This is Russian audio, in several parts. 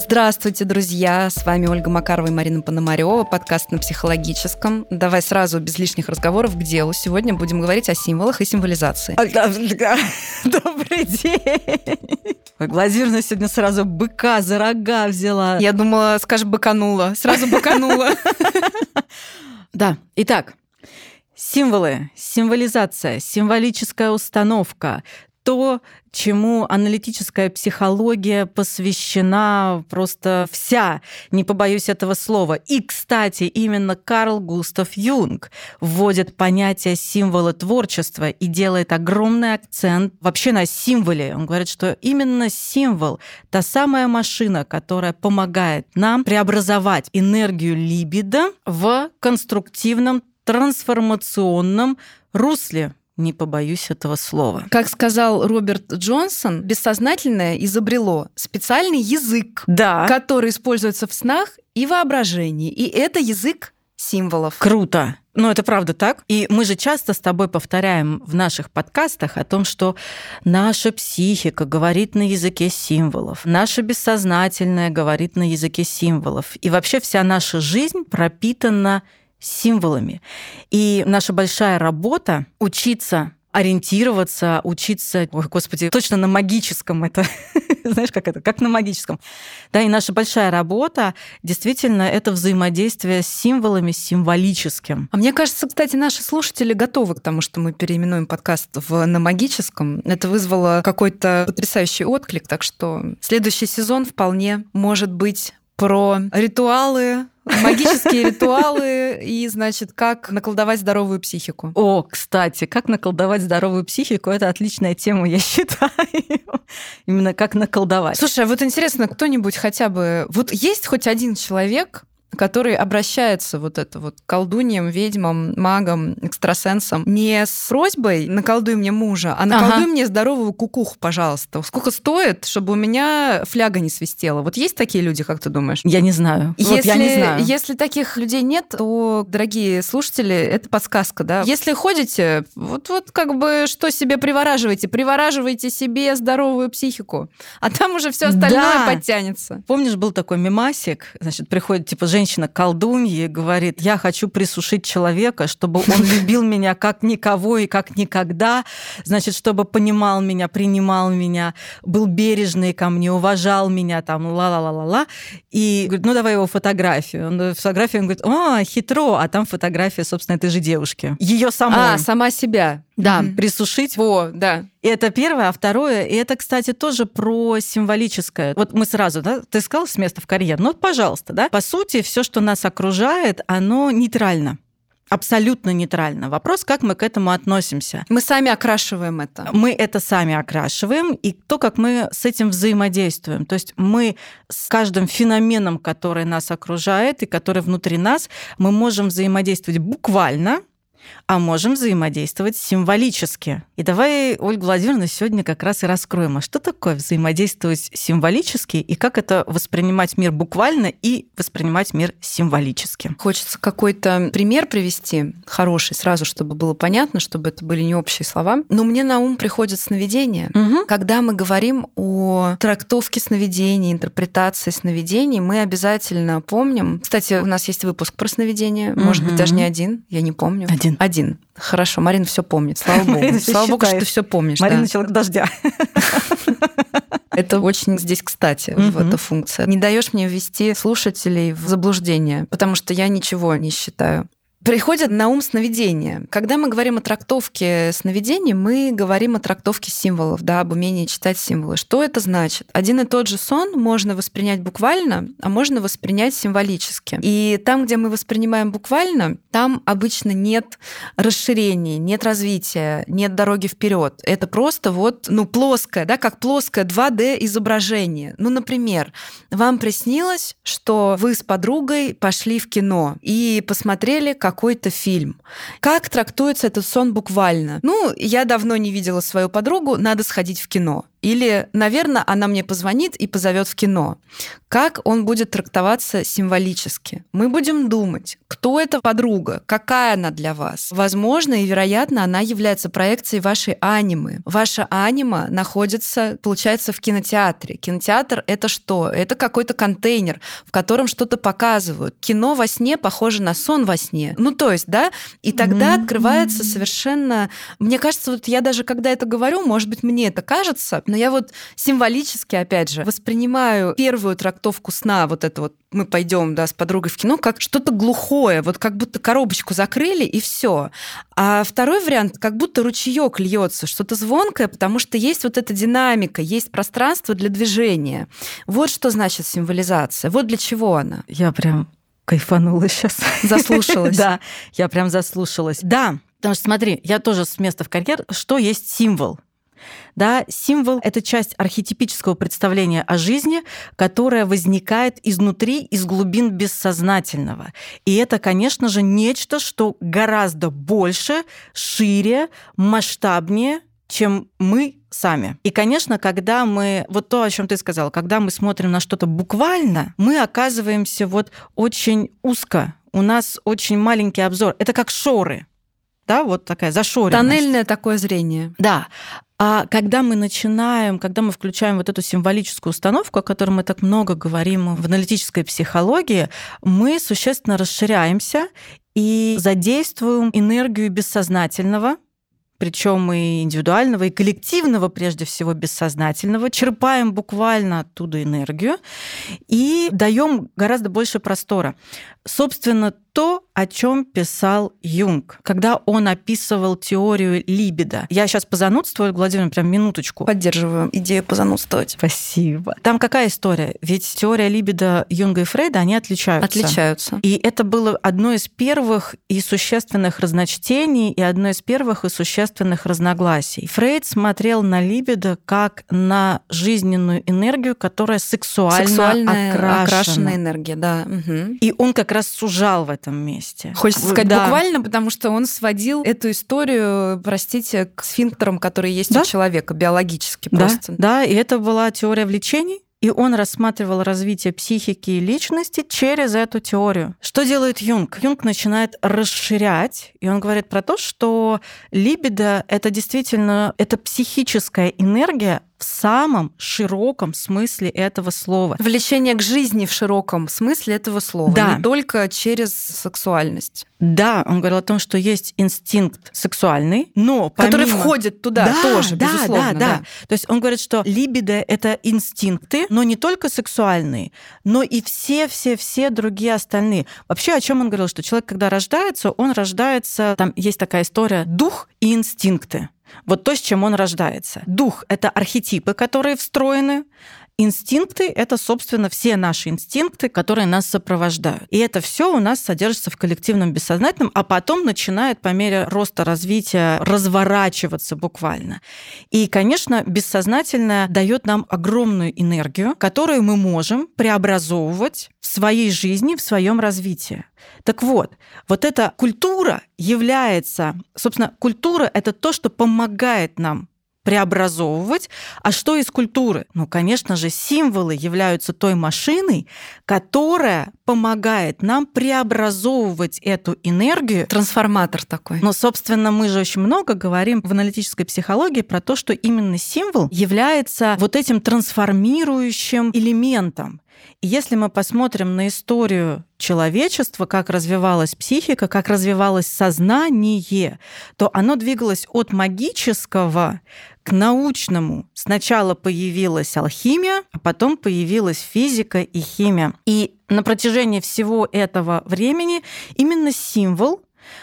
Здравствуйте, друзья! С вами Ольга Макарова и Марина Пономарёва, подкаст на психологическом. Давай сразу, без лишних разговоров, к делу. Сегодня будем говорить о символах и символизации. Добрый день! Ой, Глазирна сегодня сразу быка за рога взяла. Я думала, скажешь, быканула. Сразу быканула. Да, итак, символы, символизация, символическая установка — то, чему аналитическая психология посвящена просто вся, не побоюсь этого слова. И, кстати, именно Карл Густав Юнг вводит понятие символа творчества и делает огромный акцент вообще на символе. Он говорит, что именно символ — та самая машина, которая помогает нам преобразовать энергию либидо в конструктивном, трансформационном русле. Не побоюсь этого слова. Как сказал Роберт Джонсон, бессознательное изобрело специальный язык, который используется в снах и воображении. И это язык символов. Круто. Но это правда так. И мы же часто с тобой повторяем в наших подкастах о том, что наша психика говорит на языке символов, наше бессознательное говорит на языке символов. И вообще вся наша жизнь пропитана символами. И наша большая работа — учиться ориентироваться, учиться, ой, господи, точно на магическом это, знаешь, как это, как на магическом. Да, и наша большая работа действительно это взаимодействие с символами, с символическим. А мне кажется, кстати, наши слушатели готовы к тому, что мы переименуем подкаст на магическом. Это вызвало какой-то потрясающий отклик, так что следующий сезон вполне может быть про ритуалы, магические ритуалы и, значит, как наколдовать здоровую психику. О, кстати, как наколдовать здоровую психику — это отличная тема, я считаю. Именно как наколдовать. Слушай, а вот интересно, кто-нибудь хотя бы... Вот есть хоть один человек, который обращается вот это вот к колдуньям, ведьмам, магам, экстрасенсам не с просьбой «наколдуй мне мужа», а «наколдуй мне здоровую кукуху, пожалуйста». Сколько стоит, чтобы у меня фляга не свистела? Вот есть такие люди, как ты думаешь? Я не знаю. Если таких людей нет, то, дорогие слушатели, это подсказка, да? Если ходите, вот как бы что себе привораживаете? Привораживайте себе здоровую психику, а там уже все остальное подтянется. Помнишь, был такой мемасик, значит, приходит типа женщина-колдунья и говорит: я хочу присушить человека, чтобы он любил меня как никого и как никогда, значит, чтобы понимал меня, принимал меня, был бережный ко мне, уважал меня, там, ла-ла-ла-ла-ла. И говорит: ну, давай его фотографию. Он говорит: о, хитро, а там фотография, собственно, этой же девушки. Ее самой. Сама себя. Да, присушить. Да. И это первое. А второе, и это, кстати, тоже про символическое. Вот мы сразу, да, ты сказал с места в карьер. Ну, вот, пожалуйста, да. По сути, все, что нас окружает, оно нейтрально. Абсолютно нейтрально. Вопрос, как мы к этому относимся. Мы сами окрашиваем это. Мы это сами окрашиваем, и то, как мы с этим взаимодействуем. То есть мы с каждым феноменом, который нас окружает и который внутри нас, мы можем взаимодействовать буквально, а можем взаимодействовать символически. И давай, Ольга Владимировна, сегодня как раз и раскроем, а что такое взаимодействовать символически и как это воспринимать мир буквально и воспринимать мир символически. Хочется какой-то пример привести хороший, сразу, чтобы было понятно, чтобы это были не общие слова. Но мне на ум приходят сновидения. Когда мы говорим о трактовке сновидений, интерпретации сновидений, мы обязательно помним... Кстати, у нас есть выпуск про сновидения, может быть, даже не один, я не помню. Один. Хорошо, Марина все помнит, слава богу. Слава богу, что ты все помнишь. Марина — человек дождя. Это очень здесь кстати, эта функция. Не даешь мне ввести слушателей в заблуждение, потому что я ничего не считаю. Приходят на ум сновидения. Когда мы говорим о трактовке сновидений, мы говорим о трактовке символов, да, об умении читать символы. Что это значит? Один и тот же сон можно воспринять буквально, а можно воспринять символически. И там, где мы воспринимаем буквально, там обычно нет расширения, нет развития, нет дороги вперед. Это просто плоское, да, как плоское 2D изображение. Например, вам приснилось, что вы с подругой пошли в кино и посмотрели какой-то фильм. Как трактуется этот сон буквально? Я давно не видела свою подругу, надо сходить в кино. Или, наверное, она мне позвонит и позовет в кино. Как он будет трактоваться символически? Мы будем думать, кто эта подруга, какая она для вас. Возможно и вероятно, она является проекцией вашей анимы. Ваша анима находится, получается, в кинотеатре. Кинотеатр — это что? Это какой-то контейнер, в котором что-то показывают. Кино во сне похоже на сон во сне. Ну, то есть, да? И тогда открывается совершенно... Мне кажется, вот я даже когда это говорю, может быть, мне это кажется, но я вот символически, опять же, воспринимаю первую трактовку сна, вот это вот мы пойдем, да, с подругой в кино, как что-то глухое, вот как будто коробочку закрыли и все. А второй вариант, как будто ручеек льется, что-то звонкое, потому что есть вот эта динамика, есть пространство для движения. Вот что значит символизация, вот для чего она. Я прям кайфанула сейчас. Заслушалась. Да, я прям заслушалась. Да, потому что смотри, я тоже с места в карьер, что есть символ? Да, символ — это часть архетипического представления о жизни, которая возникает изнутри, из глубин бессознательного. И это, конечно же, нечто, что гораздо больше, шире, масштабнее, чем мы сами. И, конечно, когда мы, вот то, о чем ты сказала, когда мы смотрим на что-то буквально, мы оказываемся вот очень узко, у нас очень маленький обзор. Это как шоры. Да, вот такая зашоренность. Тоннельное такое зрение. Да. А когда мы начинаем, когда мы включаем вот эту символическую установку, о которой мы так много говорим в аналитической психологии, мы существенно расширяемся и задействуем энергию бессознательного, причем и индивидуального, и коллективного, прежде всего, бессознательного, черпаем буквально оттуда энергию и даем гораздо больше простора. Собственно, то, о чем писал Юнг, когда он описывал теорию либидо. Я сейчас позанудствую, Владимир, прям минуточку. Поддерживаю идею позанудствовать. Спасибо. Там какая история? Ведь теория либидо Юнга и Фрейда, они отличаются. Отличаются. И это было одно из первых и существенных разночтений, и одно из первых и существенных разногласий. Фрейд смотрел на либидо как на жизненную энергию, которая сексуально окрашенная энергия, да. Угу. И он как раз сужал в этом месте. Хочется сказать буквально, потому что он сводил эту историю, простите, к сфинктерам, которые есть у человека, биологически просто. Да, и это была теория влечений, и он рассматривал развитие психики и личности через эту теорию. Что делает Юнг? Юнг начинает расширять, и он говорит про то, что либидо — это действительно это психическая энергия в самом широком смысле этого слова. Влечение к жизни в широком смысле этого слова, да. Не только через сексуальность. Да, он говорил о том, что есть инстинкт сексуальный, но который входит туда тоже, безусловно. Да. То есть он говорит, что либидо — это инстинкты, но не только сексуальные, но и все другие остальные. Вообще, о чем он говорил, что человек, когда рождается, он рождается, там есть такая история, дух и инстинкты. Вот то, с чем он рождается. Дух — это архетипы, которые встроены. Инстинкты — это, собственно, все наши инстинкты, которые нас сопровождают. И это все у нас содержится в коллективном бессознательном, а потом начинает по мере роста развития разворачиваться буквально. И, конечно, бессознательное дает нам огромную энергию, которую мы можем преобразовывать в своей жизни, в своем развитии. Так вот эта культура является, собственно, культура — это то, что помогает нам преобразовывать. А что из культуры? Ну, конечно же, символы являются той машиной, которая помогает нам преобразовывать эту энергию. Трансформатор такой. Но, собственно, мы же очень много говорим в аналитической психологии про то, что именно символ является вот этим трансформирующим элементом. И если мы посмотрим на историю человечества, как развивалась психика, как развивалось сознание, то оно двигалось от магического к научному. Сначала появилась алхимия, а потом появилась физика и химия. И на протяжении всего этого времени именно символ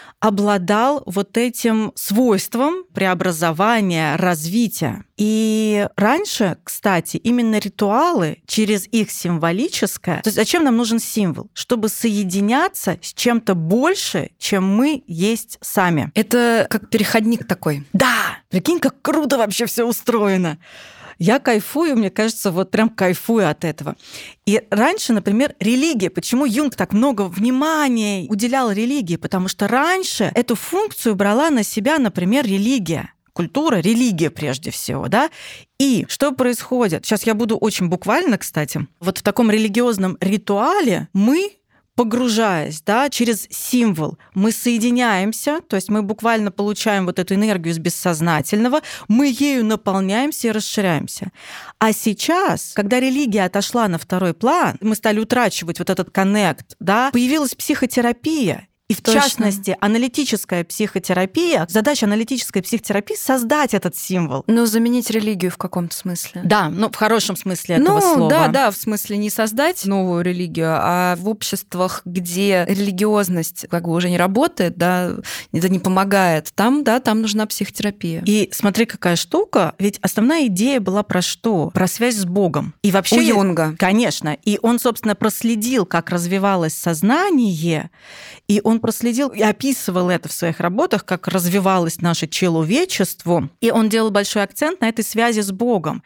обладал вот этим свойством преобразования, развития. И раньше, кстати, именно ритуалы через их символическое... То есть зачем нам нужен символ? Чтобы соединяться с чем-то больше, чем мы есть сами. Это как переходник такой. Да! Прикинь, как круто вообще все устроено. Я кайфую, мне кажется, вот прям кайфую от этого. И раньше, например, религия. Почему Юнг так много внимания уделял религии? Потому что раньше эту функцию брала на себя, например, религия. культура, религия прежде всего, да? И что происходит? Сейчас я буду очень буквально, кстати. Вот в таком религиозном ритуале мы, погружаясь, да, через символ, мы соединяемся, то есть мы буквально получаем вот эту энергию из бессознательного, мы ею наполняемся и расширяемся. А сейчас, когда религия отошла на второй план, мы стали утрачивать вот этот коннект, да, появилась психотерапия. И в частности, аналитическая психотерапия, задача аналитической психотерапии — создать этот символ. Но заменить религию в каком-то смысле. Да, ну в хорошем смысле этого слова. Да, в смысле не создать новую религию, а в обществах, где религиозность как бы уже не работает, да, это не помогает, там нужна психотерапия. И смотри, какая штука, ведь основная идея была про что? Про связь с Богом. И вообще, у Юнга. Конечно. И он, собственно, проследил, как развивалось сознание, и он проследил и описывал это в своих работах, как развивалось наше человечество. И он делал большой акцент на этой связи с Богом.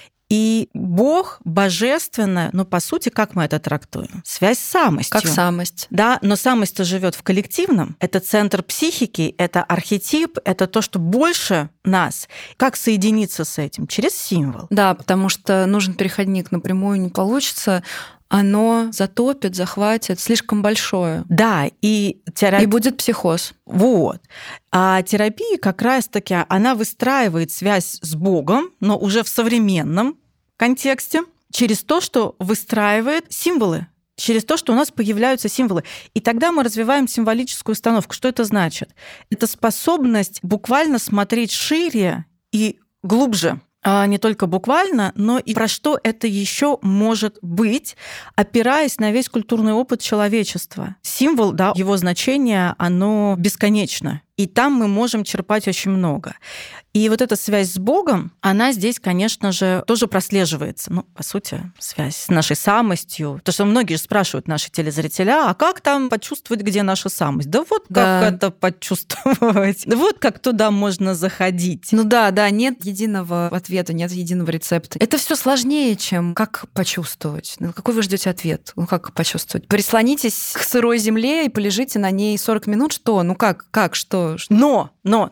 И Бог божественное, ну, по сути, как мы это трактуем? Связь с самостью. Как самость. Да, но самость-то живет в коллективном. Это центр психики, это архетип, это то, что больше нас. Как соединиться с этим? Через символ. Да, потому что нужен переходник напрямую не получится. Оно затопит, захватит, слишком большое. Да, и будет психоз. Вот. А терапия как раз-таки, она выстраивает связь с Богом, но уже в современном контексте, через то, что выстраивает символы, через то, что у нас появляются символы. И тогда мы развиваем символическую установку. Что это значит? Это способность буквально смотреть шире и глубже. Не только буквально, но и про что это еще может быть, опираясь на весь культурный опыт человечества. Символ, да, его значение, оно бесконечно. И там мы можем черпать очень много. И вот эта связь с Богом, она здесь, конечно же, тоже прослеживается. Ну, по сути, связь с нашей самостью. Потому что многие же спрашивают, наши телезрители, а как там почувствовать, где наша самость? Да вот как это почувствовать. Да вот как туда можно заходить. Ну да, нет единого ответа, нет единого рецепта. Это все сложнее, чем как почувствовать. Ну, какой вы ждете ответ? Ну, как почувствовать? Прислонитесь к сырой земле и полежите на ней 40 минут, что? Ну как, что? Но.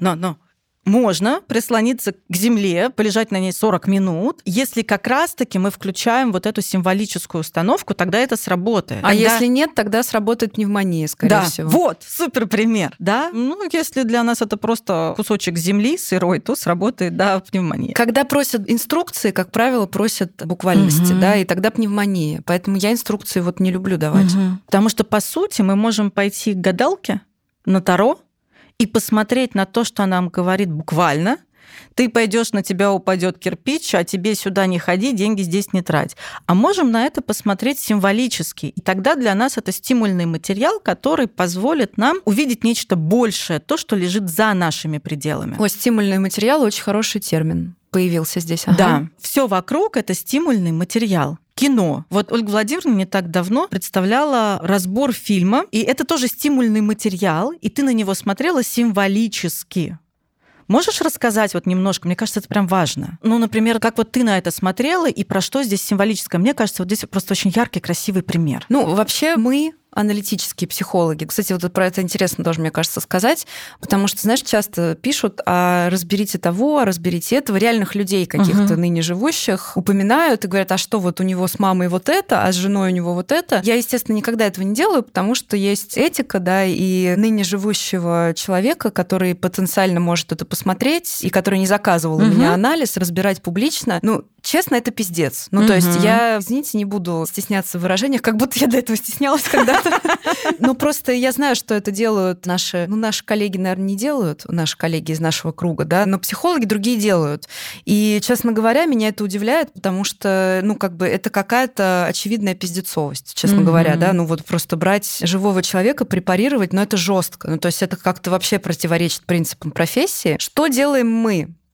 Можно прислониться к земле, полежать на ней 40 минут. Если как раз-таки мы включаем вот эту символическую установку, тогда это сработает. А если нет, тогда сработает пневмония, скорее всего. Вот, супер пример. Да? Ну, если для нас это просто кусочек земли сырой, то сработает, да, пневмония. Когда просят инструкции, как правило, просят буквальности, да, и тогда пневмония. Поэтому я инструкции вот не люблю давать. Потому что, по сути, мы можем пойти к гадалке на таро, и посмотреть на то, что она нам говорит буквально. Ты пойдешь, на тебя упадет кирпич, а тебе сюда не ходи, деньги здесь не трать. А можем на это посмотреть символически. И тогда для нас это стимульный материал, который позволит нам увидеть нечто большее, то, что лежит за нашими пределами. Стимульный материал — очень хороший термин. Появился здесь. Да, все вокруг — это стимульный материал. Кино. Вот Ольга Владимировна не так давно представляла разбор фильма, и это тоже стимульный материал, и ты на него смотрела символически. Можешь рассказать вот немножко? Мне кажется, это прям важно. Ну, например, как вот ты на это смотрела, и про что здесь символическое? Мне кажется, вот здесь просто очень яркий, красивый пример. Ну, вообще мы аналитические психологи. Кстати, вот про это интересно тоже, мне кажется, сказать, потому что, знаешь, часто пишут, разберите того, разберите этого, реальных людей каких-то ныне живущих упоминают и говорят, а что вот у него с мамой вот это, а с женой у него вот это. Я, естественно, никогда этого не делаю, потому что есть этика, да, и ныне живущего человека, который потенциально может это посмотреть и который не заказывал у меня анализ, разбирать публично. Ну, честно, это пиздец. Ну, то есть я, извините, не буду стесняться в выражениях, как будто я до этого стеснялась когда-то. Ну, просто я знаю, что это делают наши коллеги, наверное, не делают, наши коллеги из нашего круга, да, но психологи другие делают. И, честно говоря, меня это удивляет, потому что, это какая-то очевидная пиздецовость, честно говоря, да, вот просто брать живого человека, препарировать, это жестко. Ну, то есть это как-то вообще противоречит принципам профессии. Что делаем мы?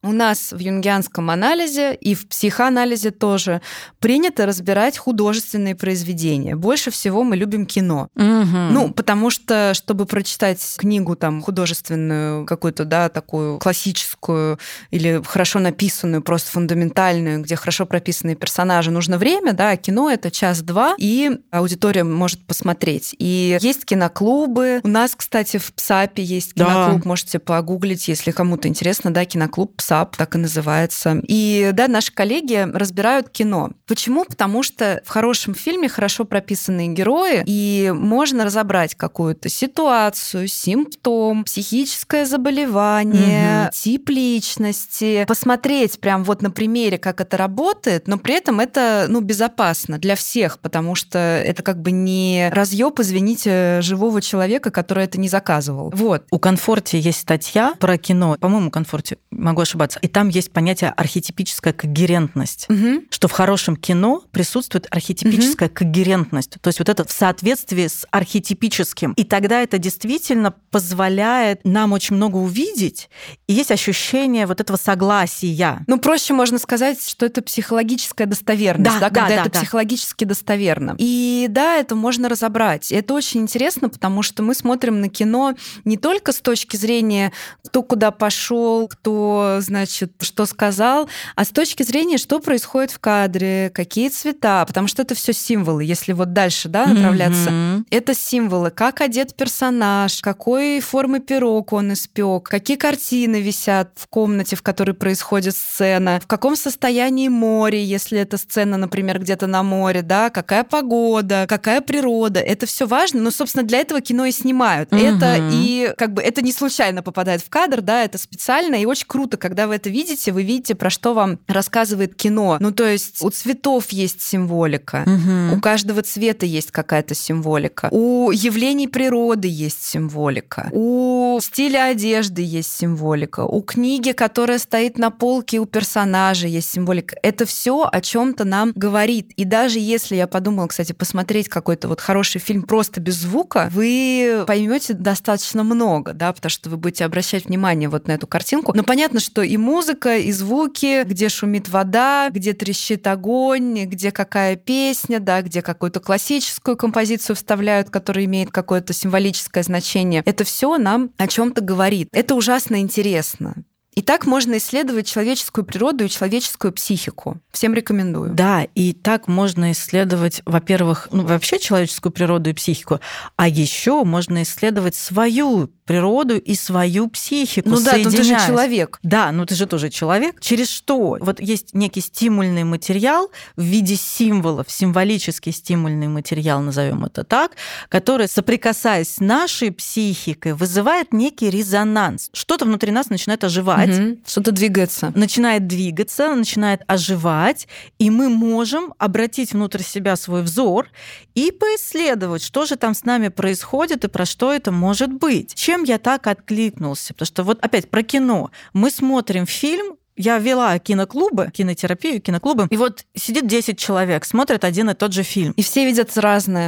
У нас в юнгианском анализе и в психоанализе тоже принято разбирать художественные произведения. Больше всего мы любим кино. Потому что, чтобы прочитать книгу там художественную, какую-то, да, такую классическую или хорошо написанную, просто фундаментальную, где хорошо прописанные персонажи, нужно время, да, а кино — это час-два, и аудитория может посмотреть. И есть киноклубы. У нас, кстати, в ПСАПе есть киноклуб, можете погуглить, если кому-то интересно, да, киноклуб ПСАП, так и называется. И, да, наши коллеги разбирают кино. Почему? Потому что в хорошем фильме хорошо прописанные герои, и можно разобрать какую-то ситуацию, симптом, психическое заболевание, тип личности, посмотреть прям вот на примере, как это работает, но при этом это, безопасно для всех, потому что это как бы не разъёб, извините, живого человека, который это не заказывал. Вот. У «Комфорте» есть статья про кино, по-моему, «Комфорте», могу ошибаться, и там есть понятие архетипическая когерентность, что в хорошем кино присутствует архетипическая когерентность, то есть вот это в соответствии с архетипическим. И тогда это действительно позволяет нам очень много увидеть, и есть ощущение вот этого согласия. Проще можно сказать, что это психологическая достоверность, когда это психологически достоверно. И да, это можно разобрать. И это очень интересно, потому что мы смотрим на кино не только с точки зрения, кто куда пошел, кто, значит, что сказал, а с точки зрения, что происходит в кадре, какие цвета, потому что это все символы. Если вот дальше, да, направляться, это символы, как одет персонаж, какой формы пирог он испек, какие картины висят в комнате, в которой происходит сцена, в каком состоянии море, если это сцена, например, где-то на море, да, какая погода, какая природа. Это все важно, но, собственно, для этого кино и снимают. Это и как бы это не случайно попадает в кадр, да, это специально, и очень круто, когда вы это видите, вы видите, про что вам рассказывает кино. То есть у цветов есть символика, у каждого цвета есть какая-то символика, у явлений природы есть символика, у стиля одежды есть символика, у книги, которая стоит на полке у персонажа, есть символика. Это все о чем-то нам говорит. И даже если я подумала, кстати, посмотреть какой-то вот хороший фильм просто без звука, вы поймете достаточно много, да, потому что вы будете обращать внимание вот на эту картинку. Но понятно, что и музыка, и звуки, где шумит вода, где трещит огонь, где какая песня, да, где какую-то классическую композицию вставляют, которая имеет какое-то символическое значение. Это все нам о чем-то говорит. Это ужасно интересно. И так можно исследовать человеческую природу и человеческую психику. Всем рекомендую. Да, и так можно исследовать, во-первых, вообще человеческую природу и психику, а еще можно исследовать свою природу и свою психику. Да, но ты же человек. Да, ты же тоже человек. Через что? Вот есть некий стимульный материал в виде символов, символический стимульный материал, назовем это так, который, соприкасаясь с нашей психикой, вызывает некий резонанс. Что-то внутри нас начинает оживать. Что-то двигается. Начинает двигаться, начинает оживать, и мы можем обратить внутрь себя свой взор и поисследовать, что же там с нами происходит и про что это может быть. Чем я так откликнулся? Потому что вот опять про кино. Мы смотрим фильм, я вела киноклубы, кинотерапию, киноклубы, и вот сидит 10 человек, смотрят один и тот же фильм. И все видят разное.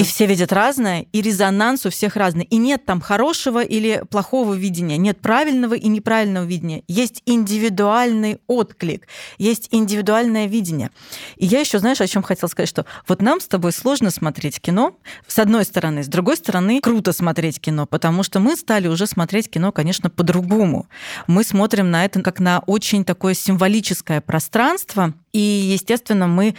И резонанс у всех разный. И нет там хорошего или плохого видения, нет правильного и неправильного видения. Есть индивидуальный отклик, есть индивидуальное видение. И я еще, знаешь, о чем хотела сказать, что вот нам с тобой сложно смотреть кино, с одной стороны, с другой стороны, круто смотреть кино, потому что мы стали уже смотреть кино, конечно, по-другому. Мы смотрим на это как на очень такое символическое пространство, и, естественно, мы,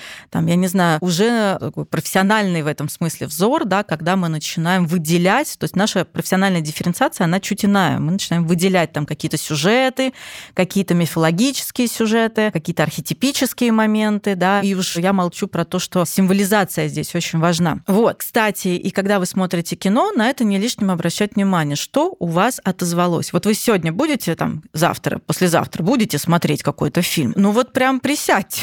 уже такой профессиональный в этом смысле взор, да, когда мы начинаем выделять, то есть наша профессиональная дифференциация, она чуть иная. Мы начинаем выделять там какие-то сюжеты, какие-то мифологические сюжеты, какие-то архетипические моменты, да, и уж я молчу про то, что символизация здесь очень важна. Вот, кстати, и когда вы смотрите кино, на это не лишним обращать внимание, что у вас отозвалось. Вот вы сегодня будете, завтра, послезавтра будете смотреть какой-то фильм, прям присядьте,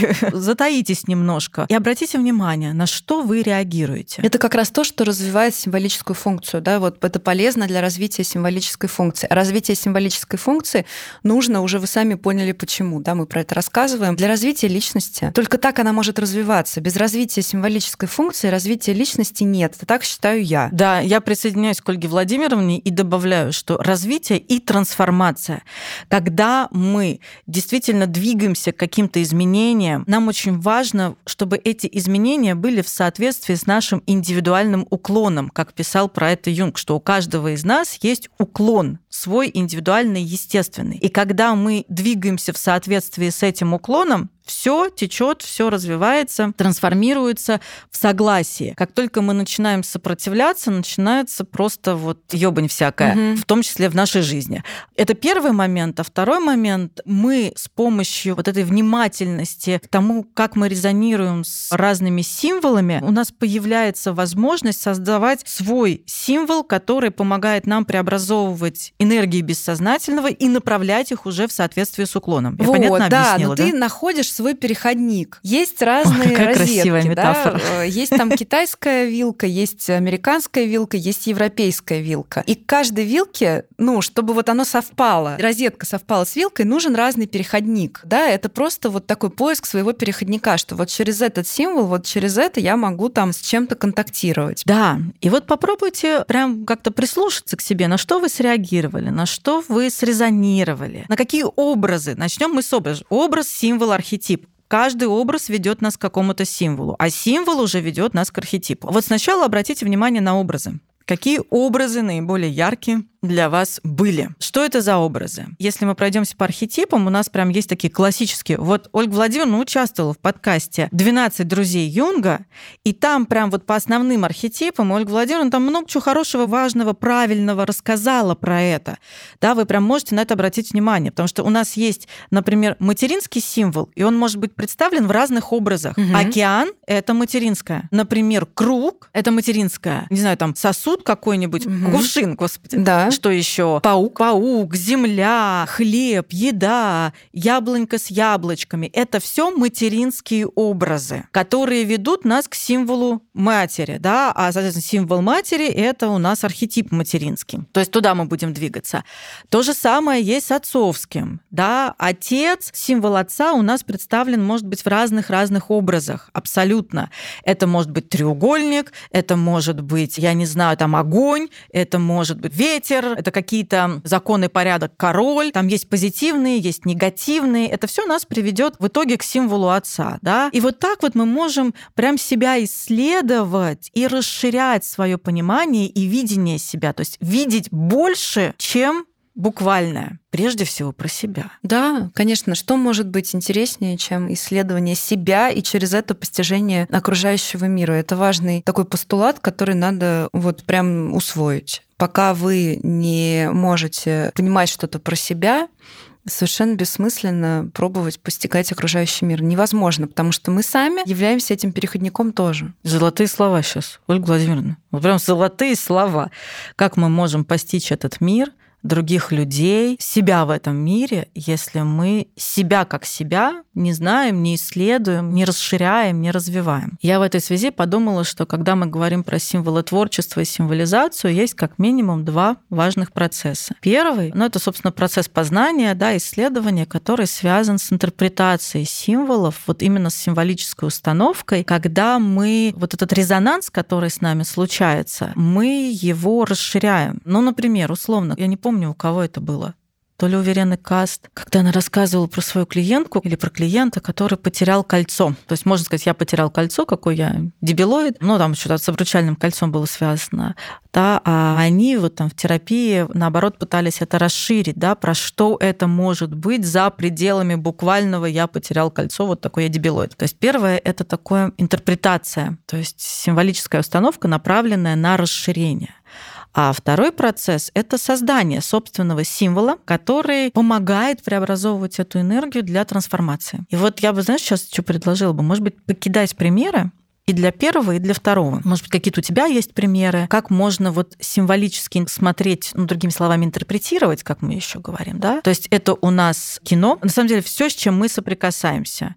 давайте затаитесь немножко и обратите внимание, на что вы реагируете. Это как раз то, что развивает символическую функцию. Да? Вот это полезно для развития символической функции. А развитие символической функции нужно, уже вы сами поняли, почему. Да? Мы про это рассказываем. Для развития личности. Только так она может развиваться. Без развития символической функции развития личности нет. Так считаю я. Да, я присоединяюсь к Ольге Владимировне и добавляю, что развитие и трансформация. Когда мы действительно двигаемся к каким-то изменениям, нам очень важно, чтобы эти изменения были в соответствии с нашим индивидуальным уклоном, как писал про это Юнг, что у каждого из нас есть уклон, свой индивидуальный, естественный. И когда мы двигаемся в соответствии с этим уклоном, все течет, все развивается, трансформируется в согласии. Как только мы начинаем сопротивляться, начинается просто вот ёбань всякая, в том числе в нашей жизни. Это первый момент. А второй момент, мы с помощью вот этой внимательности к тому, как мы резонируем с разными символами, у нас появляется возможность создавать свой символ, который помогает нам преобразовывать энергии бессознательного и направлять их уже в соответствии с уклоном. Я понятно объяснила, да? Ты находишь свой переходник. Есть разные розетки. Да? Есть там китайская вилка, есть американская вилка, есть европейская вилка. И к каждой вилке, чтобы вот оно совпало, розетка совпала с вилкой, нужен разный переходник. Да? Это просто вот такой поиск своего переходника, что вот через этот символ, вот через это я могу там с чем-то контактировать. Да, и вот попробуйте прям как-то прислушаться к себе, на что вы среагировали, на что вы срезонировали, на какие образы. Начнем мы с образа. Образ, символ, архетип. Каждый образ ведет нас к какому-то символу, а символ уже ведет нас к архетипу. Вот сначала обратите внимание на образы. Какие образы наиболее яркие для вас были? Что это за образы? Если мы пройдемся по архетипам, у нас прям есть такие классические. Вот Ольга Владимировна участвовала в подкасте «12 друзей Юнга», и там прям вот по основным архетипам Ольга Владимировна там много чего хорошего, важного, правильного рассказала про это. Да, вы прям можете на это обратить внимание, потому что у нас есть, например, материнский символ, и он может быть представлен в разных образах. Океан — это материнское. Например, круг — это материнское. Не знаю, там сосуд какой-нибудь, кувшин, господи. Да. Что еще? Паук, земля, хлеб, еда, яблонька с яблочками. Это все материнские образы, которые ведут нас к символу матери, да, а, соответственно, символ матери — это у нас архетип материнский. То есть туда мы будем двигаться. То же самое есть с отцовским, да. Отец, символ отца у нас представлен, может быть, в разных образах, абсолютно. Это может быть треугольник, это может быть, я не знаю, там огонь, это может быть ветер, это какие-то законы, порядок, король, там есть позитивные, есть негативные. Это все нас приведет в итоге к символу отца, да. И вот так вот мы можем прям себя исследовать и расширять свое понимание и видение себя, то есть видеть больше, чем буквальное. Прежде всего про себя. Да, конечно. Что может быть интереснее, чем исследование себя и через это постижение окружающего мира? Это важный такой постулат, который надо вот прям усвоить. Пока вы не можете понимать что-то про себя, совершенно бессмысленно пробовать постигать окружающий мир. Невозможно, потому что мы сами являемся этим переходником тоже. Золотые слова сейчас, Ольга Владимировна. Вот прям золотые слова. Как мы можем постичь этот мир, других людей, себя в этом мире, если мы себя как себя не знаем, не исследуем, не расширяем, не развиваем. Я в этой связи подумала, что когда мы говорим про символы творчества и символизацию, есть как минимум два важных процесса. Первый, это, собственно, процесс познания, да, исследования, который связан с интерпретацией символов, вот именно с символической установкой, когда мы вот этот резонанс, который с нами случается, мы его расширяем. Например, условно, я не помню, у кого это было. То ли у Верены Каст, когда она рассказывала про свою клиентку или про клиента, который потерял кольцо. То есть, можно сказать, я потерял кольцо, какой я дебилоид. Там что-то с обручальным кольцом было связано. Да, а они вот там в терапии, наоборот, пытались это расширить, да, про что это может быть за пределами буквального «я потерял кольцо», вот такой я дебилоид. То есть первое — это такая интерпретация, то есть символическая установка, направленная на расширение. А второй процесс — это создание собственного символа, который помогает преобразовывать эту энергию для трансформации. И вот я бы, сейчас что предложила бы? Может быть, покидать примеры и для первого, и для второго. Может быть, какие-то у тебя есть примеры, как можно вот символически смотреть, другими словами, интерпретировать, как мы еще говорим, да? То есть это у нас кино. На самом деле, все, с чем мы соприкасаемся.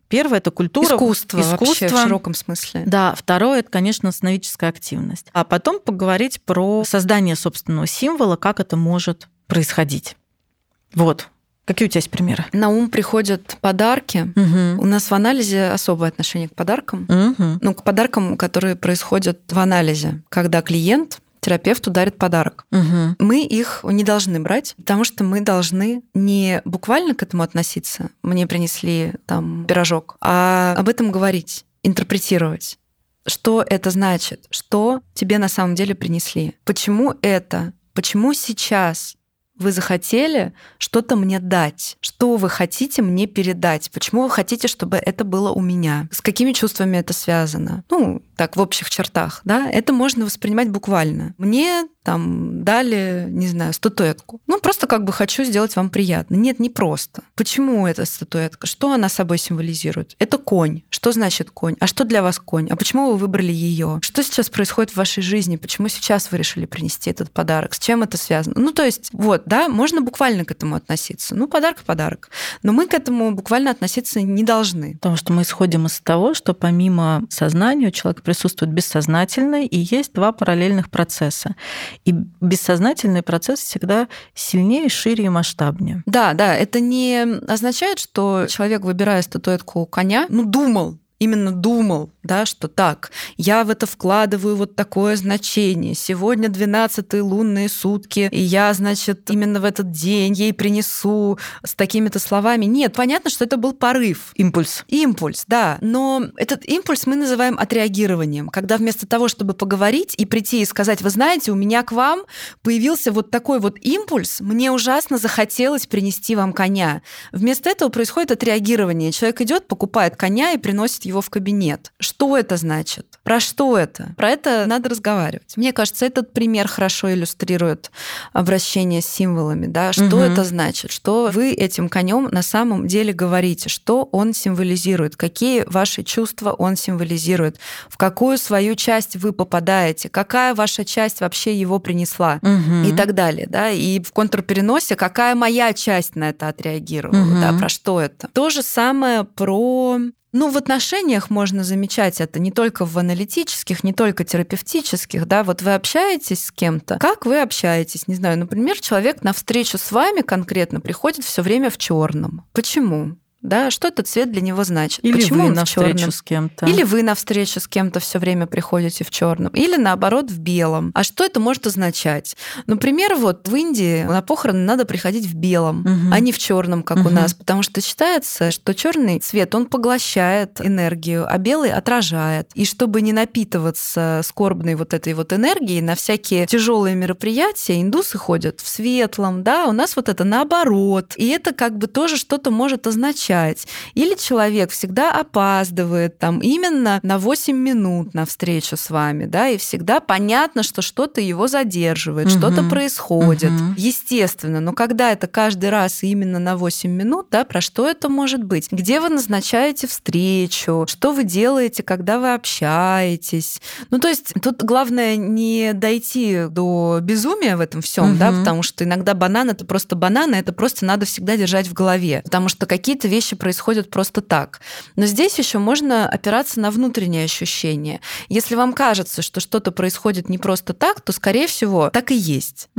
Первое — это культура. Искусство вообще в широком смысле. Да. Второе — это, конечно, сновидческая активность. А потом поговорить про создание собственного символа, как это может происходить. Вот. Какие у тебя есть примеры? На ум приходят подарки. У нас в анализе особое отношение к подаркам. Ну, к подаркам, которые происходят в анализе, когда клиент терапевту дарит подарок. Мы их не должны брать, потому что мы должны не буквально к этому относиться. Мне принесли там пирожок, а об этом говорить, интерпретировать. Что это значит? Что тебе на самом деле принесли? Почему это? Почему сейчас вы захотели что-то мне дать? Что вы хотите мне передать? Почему вы хотите, чтобы это было у меня? С какими чувствами это связано? Ну, так, в общих чертах, да? Это можно воспринимать буквально. Мне там дали, не знаю, статуэтку. Ну, просто как бы хочу сделать вам приятно. Нет, не просто. Почему эта статуэтка? Что она собой символизирует? Это конь. Что значит конь? А что для вас конь? А почему вы выбрали ее? Что сейчас происходит в вашей жизни? Почему сейчас вы решили принести этот подарок? С чем это связано? Ну, то есть, вот, да, можно буквально к этому относиться. Ну, подарок — подарок. Но мы к этому буквально относиться не должны. Потому что мы исходим из того, что помимо сознания у человека присутствует бессознательное, и есть два параллельных процесса. И бессознательный процесс всегда сильнее, шире и масштабнее. Да, это не означает, что человек, выбирая статуэтку коня, именно думал, да, что так, я в это вкладываю вот такое значение. Сегодня 12-е лунные сутки, и я, значит, именно в этот день ей принесу с такими-то словами. Нет, понятно, что это был порыв. Импульс, да. Но этот импульс мы называем отреагированием, когда вместо того, чтобы поговорить и прийти и сказать, вы знаете, у меня к вам появился вот такой вот импульс, мне ужасно захотелось принести вам коня. Вместо этого происходит отреагирование. Человек идет, покупает коня и приносит его в кабинет. Что это значит? Про что это? Про это надо разговаривать. Мне кажется, этот пример хорошо иллюстрирует обращение с символами. Да? Что это значит? Что вы этим конем на самом деле говорите? Что он символизирует? Какие ваши чувства он символизирует? В какую свою часть вы попадаете? Какая ваша часть вообще его принесла? И так далее. Да? И в контрпереносе, какая моя часть на это отреагировала? Да? Про что это? То же самое про... в отношениях можно замечать это не только в аналитических, не только терапевтических, да, вот вы общаетесь с кем-то, как вы общаетесь, не знаю, например, человек на встречу с вами конкретно приходит все время в черном. Почему? Да, что этот цвет для него значит? Или почему вы он на встречу с кем-то. Или вы на встречу с кем-то все время приходите в черном, или наоборот в белом. А что это может означать? Например, вот в Индии на похороны надо приходить в белом, а не в черном, как у нас, потому что считается, что черный цвет он поглощает энергию, а белый отражает. И чтобы не напитываться скорбной вот этой вот энергией, на всякие тяжелые мероприятия индусы ходят в светлом, да, у нас вот это наоборот. И это как бы тоже что-то может означать. Или человек всегда опаздывает там именно на 8 минут на встречу с вами, да, и всегда понятно, что что-то его задерживает, что-то происходит. Естественно, но когда это каждый раз именно на 8 минут, да, про что это может быть? Где вы назначаете встречу? Что вы делаете, когда вы общаетесь? То есть тут главное не дойти до безумия в этом всем, да, потому что иногда банан — это просто банан, и это просто надо всегда держать в голове, потому что какие-то вещи происходят просто так. Но здесь еще можно опираться на внутренние ощущения. Если вам кажется, что что-то происходит не просто так, то, скорее всего, так и есть.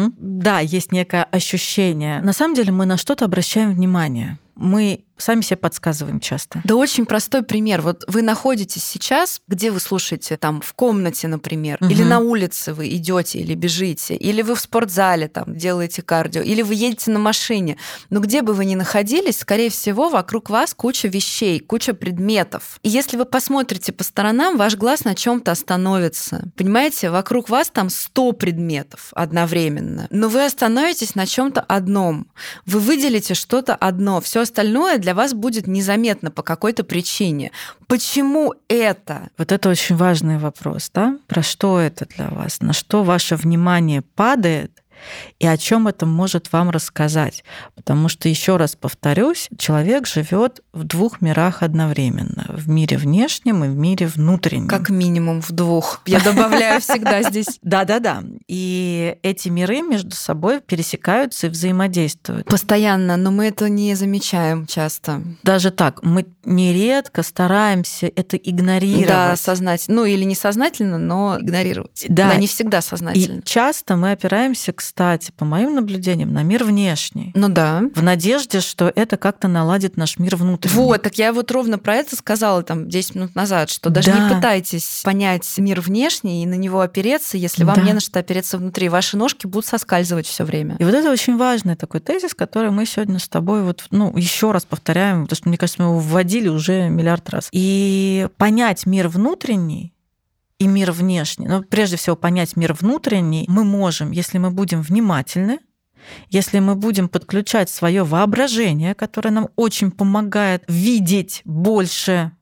Да, есть некое ощущение. На самом деле мы на что-то обращаем внимание. Мы сами себе подсказываем часто. Да, очень простой пример. Вот вы находитесь сейчас, где вы слушаете, там, в комнате, например, или на улице вы идете или бежите, или вы в спортзале там делаете кардио, или вы едете на машине. Но где бы вы ни находились, скорее всего, вокруг вас куча вещей, куча предметов. И если вы посмотрите по сторонам, ваш глаз на чем-то остановится. Понимаете, вокруг вас там 100 предметов одновременно. Но вы остановитесь на чем-то одном. Вы выделите что-то одно. Все остальное для вас будет незаметно по какой-то причине. Почему это? Вот это очень важный вопрос, да? Про что это для вас? На что ваше внимание падает? и о чем это может вам рассказать. Потому что, еще раз повторюсь, человек живет в двух мирах одновременно. В мире внешнем и в мире внутреннем. Как минимум в двух. Я добавляю всегда здесь. Да-да-да. И эти миры между собой пересекаются и взаимодействуют. Постоянно, но мы это не замечаем часто. Даже так, мы нередко стараемся это игнорировать. Да, сознательно. Ну, или несознательно, но игнорировать. Да, не всегда сознательно. И часто мы опираемся, кстати, по моим наблюдениям, на мир внешний. Ну да. В надежде, что это как-то наладит наш мир внутренний. Вот, так я вот ровно про это сказала там 10 минут назад, что даже не пытайтесь понять мир внешний и на него опереться, если вам не на что опереться внутри. Ваши ножки будут соскальзывать все время. И вот это очень важный такой тезис, который мы сегодня с тобой еще раз повторяем, потому что, мне кажется, мы его вводили уже миллиард раз. И понять мир внутренний и мир внешний, но прежде всего понять мир внутренний мы можем, если мы будем внимательны, если мы будем подключать свое воображение, которое нам очень помогает видеть больше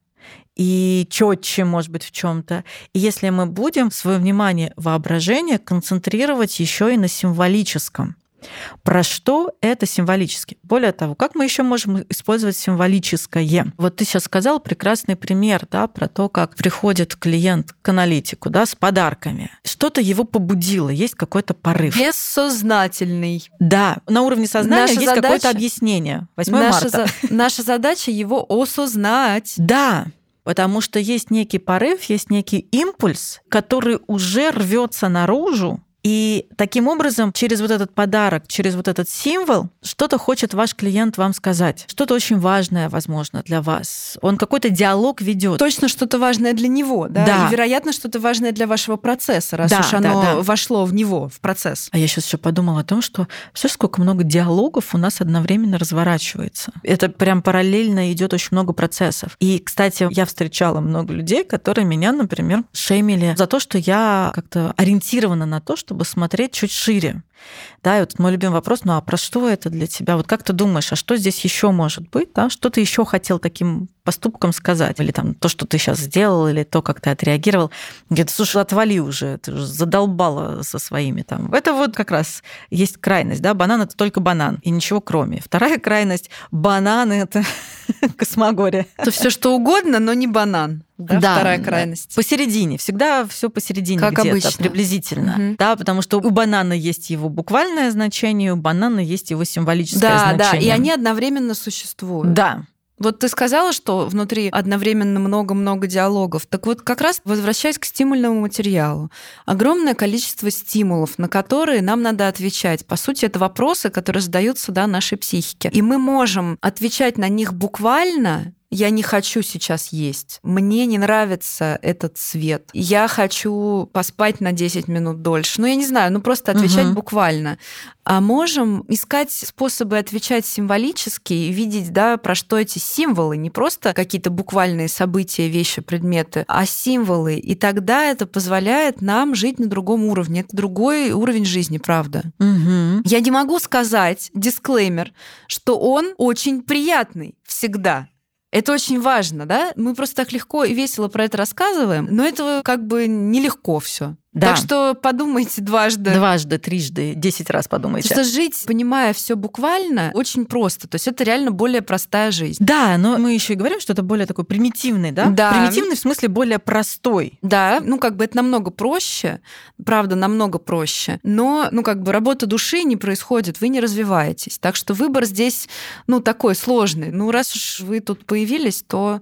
и четче, может быть, в чем-то. И если мы будем свое внимание, воображение концентрировать еще и на символическом. Про что это символически? Более того, как мы еще можем использовать символическое? Вот ты сейчас сказал прекрасный пример, да, про то, как приходит клиент к аналитику, да, с подарками. Что-то его побудило, есть какой-то порыв. Бессознательный. Да, на уровне сознания есть какое-то объяснение. 8 марта. Наша задача его осознать. Да. Потому что есть некий порыв, есть некий импульс, который уже рвется наружу. И таким образом, через вот этот подарок, через вот этот символ, что-то хочет ваш клиент вам сказать. Что-то очень важное, возможно, для вас. Он какой-то диалог ведет. Точно что-то важное для него, да? Да. И, вероятно, что-то важное для вашего процесса, раз уж оно вошло в него, в процесс. А я сейчас еще подумала о том, что представляешь, сколько много диалогов у нас одновременно разворачивается. Это прям параллельно идет очень много процессов. И, кстати, я встречала много людей, которые меня, например, шеймили за то, что я как-то ориентирована на то, чтобы смотреть чуть шире. Да, и вот мой любимый вопрос, а про что это для тебя? Вот как ты думаешь, а что здесь еще может быть? Да? Что ты еще хотел таким поступком сказать? Или там то, что ты сейчас сделал, или то, как ты отреагировал? Говорит, слушай, отвали уже, ты уже задолбала со своими там. Это вот как раз есть крайность, да, банан — это только банан, и ничего кроме. Вторая крайность — бананы — это космогория. Это все что угодно, но не банан. Да, вторая крайность. Посередине, всегда все посередине, как где-то, обычно. Приблизительно. Угу. Да, потому что у банана есть его буквальное значение, у банана есть его символическое значение. Да, и они одновременно существуют. Да. Вот ты сказала, что внутри одновременно много-много диалогов. Так вот, как раз возвращаясь к стимульному материалу. Огромное количество стимулов, на которые нам надо отвечать. По сути, это вопросы, которые задаются нашей психике. И мы можем отвечать на них буквально. Я не хочу сейчас есть. Мне не нравится этот цвет. Я хочу поспать на 10 минут дольше. Я не знаю, просто отвечать буквально. А можем искать способы отвечать символически и видеть, про что эти символы. Не просто какие-то буквальные события, вещи, предметы, а символы. И тогда это позволяет нам жить на другом уровне. Это другой уровень жизни, правда. Угу. Я не могу сказать, дисклеймер, что он очень приятный всегда. Это очень важно, да? Мы просто так легко и весело про это рассказываем, но это нелегко все. Да. Так что подумайте дважды. Дважды, трижды, 10 раз подумайте. Что жить, понимая все буквально, очень просто. То есть это реально более простая жизнь. Да, но мы еще и говорим, что это более такой примитивный, да? Да. Примитивный в смысле более простой. Да, это намного проще, правда, намного проще, но, работа души не происходит, вы не развиваетесь. Так что выбор здесь, такой сложный. Раз уж вы тут появились, то...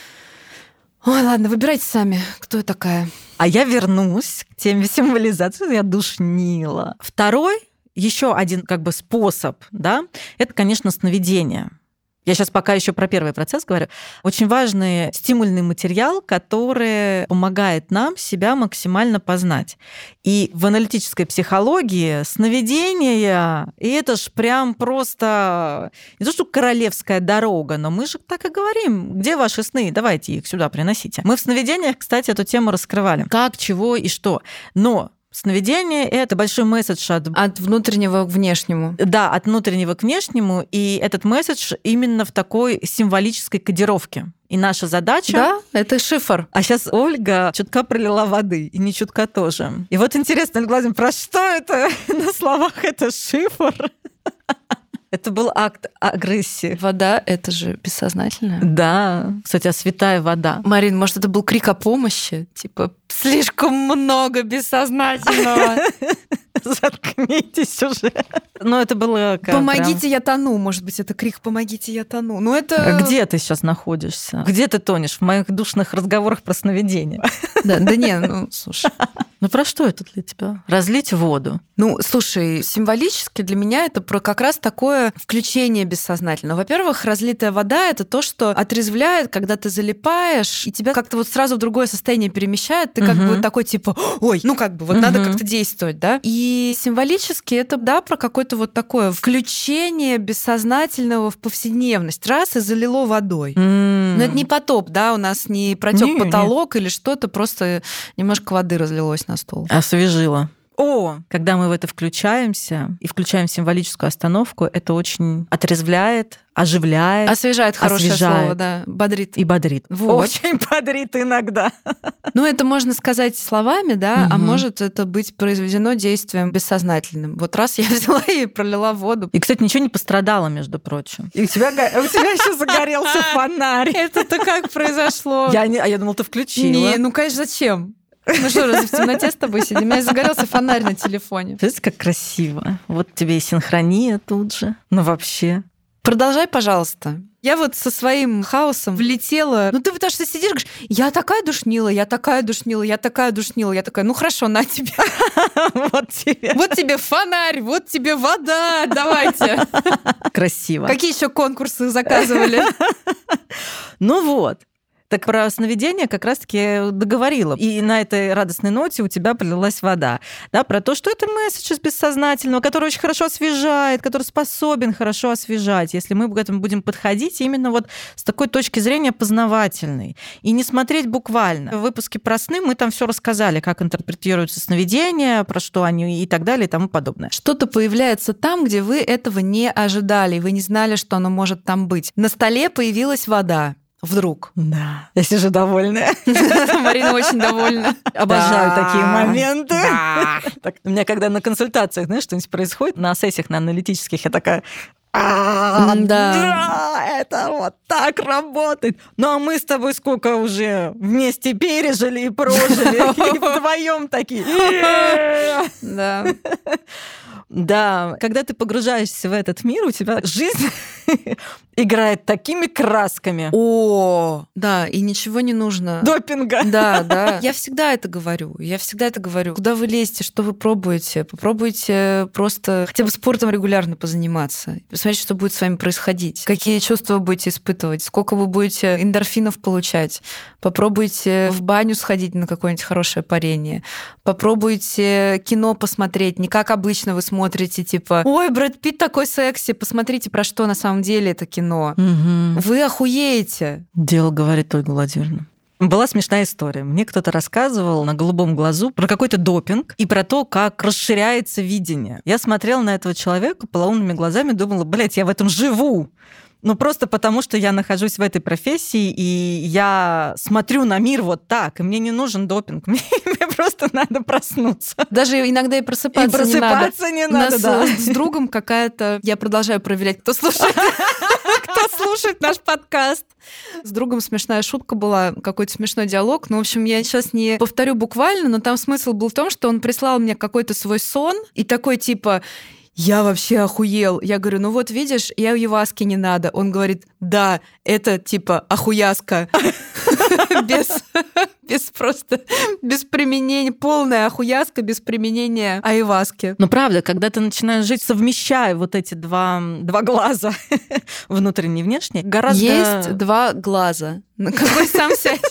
Ой, ладно, выбирайте сами, кто я такая. А я вернусь к теме символизации, я душнила. Второй, еще один способ, да, это, конечно, сновидение. Я сейчас пока еще про первый процесс говорю. Очень важный стимульный материал, который помогает нам себя максимально познать. И в аналитической психологии сновидения, и это ж прям просто не то, что королевская дорога, но мы же так и говорим. Где ваши сны? Давайте их сюда приносите. Мы в сновидениях, кстати, эту тему раскрывали. Как, чего и что. Но Сновидение — это большой месседж от внутреннего к внешнему. Да, от внутреннего к внешнему, и этот месседж именно в такой символической кодировке. И наша задача... Да, это шифр. А сейчас Ольга чутка пролила воды, и не чутка тоже. И вот интересно, Ольга Владимировна, про что это на словах? Это шифр? Это был акт агрессии. Вода — это же бессознательное. Да. Кстати, а святая вода. Марин, может, это был крик о помощи? Типа, слишком много бессознательного. Заткнитесь уже. Но это было как «Помогите, я тону». Может быть, это крик «Помогите, я тону». Но это... Где ты сейчас находишься? Где ты тонешь? В моих душных разговорах про сновидение. Да не, ну, слушай. Ну, про что это для тебя? Разлить воду. Ну, слушай, символически для меня это про как раз такое включение бессознательного. Во-первых, разлитая вода — это то, что отрезвляет, когда ты залипаешь, и тебя как-то вот сразу в другое состояние перемещает. Ты как бы такой типа, ой, ну как бы вот надо как-то действовать, да? И символически это, да, про какое-то вот такое включение бессознательного в повседневность. Раз — и залило водой. Но это не потоп, да, у нас не протек потолок или что-то, просто немножко воды разлилось на стол. Освежило. Когда мы в это включаемся и включаем символическую остановку, это очень отрезвляет, оживляет. Освежает, хорошее слово, да. Бодрит. И бодрит. Вот. Очень бодрит иногда. Ну, это можно сказать словами, да, а может это быть произведено действием бессознательным. Вот раз я взяла и пролила воду. И, кстати, ничего не пострадало, между прочим. И у тебя еще загорелся фонарь. Это-то как произошло? Я думала, ты включила. Не, ну, конечно, зачем? Ну что, разве в темноте с тобой сидим? У меня загорелся фонарь на телефоне. Видите, как красиво. Вот тебе и синхрония тут же. Ну вообще. Продолжай, пожалуйста. Я вот со своим хаосом влетела. Ну ты потому что сидишь, говоришь, я такая душнила, я такая душнила, я такая душнила. Я такая, ну хорошо, на тебе. Вот тебе. Вот тебе фонарь, вот тебе вода, давайте. Красиво. Какие еще конкурсы заказывали? Ну вот. Так про сновидение как раз-таки я договорила. И на этой радостной ноте у тебя полилась вода. Да, про то, что это месседж из бессознательного, который очень хорошо освежает, который способен хорошо освежать, если мы к этому будем подходить именно вот с такой точки зрения познавательной. И не смотреть буквально. В выпуске про сны мы там все рассказали, как интерпретируются сновидения, про что они и так далее и тому подобное. Что-то появляется там, где вы этого не ожидали, вы не знали, что оно может там быть. На столе появилась вода. Вдруг. Да. Я сижу довольная. Марина очень довольна. Обожаю такие моменты. У меня, когда на консультациях, знаешь, что-нибудь происходит, на сессиях, на аналитических, я такая... Да, это вот так работает. Ну а мы с тобой сколько уже вместе пережили и прожили, и вдвоем такие. Да. Да, когда ты погружаешься в этот мир, у тебя жизнь играет такими красками. Да, и ничего не нужно. Допинга. Да. Я всегда это говорю. Куда вы лезете, что вы пробуете? Попробуйте просто хотя бы спортом регулярно позаниматься. Посмотрите, что будет с вами происходить. Какие чувства вы будете испытывать. Сколько вы будете эндорфинов получать. Попробуйте в баню сходить на какое-нибудь хорошее парение. Попробуйте кино посмотреть. Не как обычно вы смотрите, типа, ой, Брэд Питт такой секси, посмотрите, про что на самом деле это кино. Вы охуеете. Дело говорит Ольга Владимировна. Была смешная история. Мне кто-то рассказывал на голубом глазу про какой-то допинг и про то, как расширяется видение. Я смотрела на этого человека полоумными глазами, думала, блядь, я в этом живу. Ну, просто потому, что я нахожусь в этой профессии, и я смотрю на мир вот так, и мне не нужен допинг, мне просто надо проснуться. Даже иногда и просыпаться не надо. Не надо, да. С другом какая-то... Я продолжаю проверять, кто слушает наш подкаст. С другом смешная шутка была, какой-то смешной диалог. Ну, в общем, я сейчас не повторю буквально, но там смысл был в том, что он прислал мне какой-то свой сон и такой типа... Я вообще охуел. Я говорю, ну вот видишь, я аюваски не надо. Он говорит, да, это типа охуяска. Без применения, полная охуяска без применения аюваски. Ну правда, когда ты начинаешь жить, совмещая вот эти два глаза, внутренний и внешний, гораздо... Есть два глаза. На какой сам сядешь?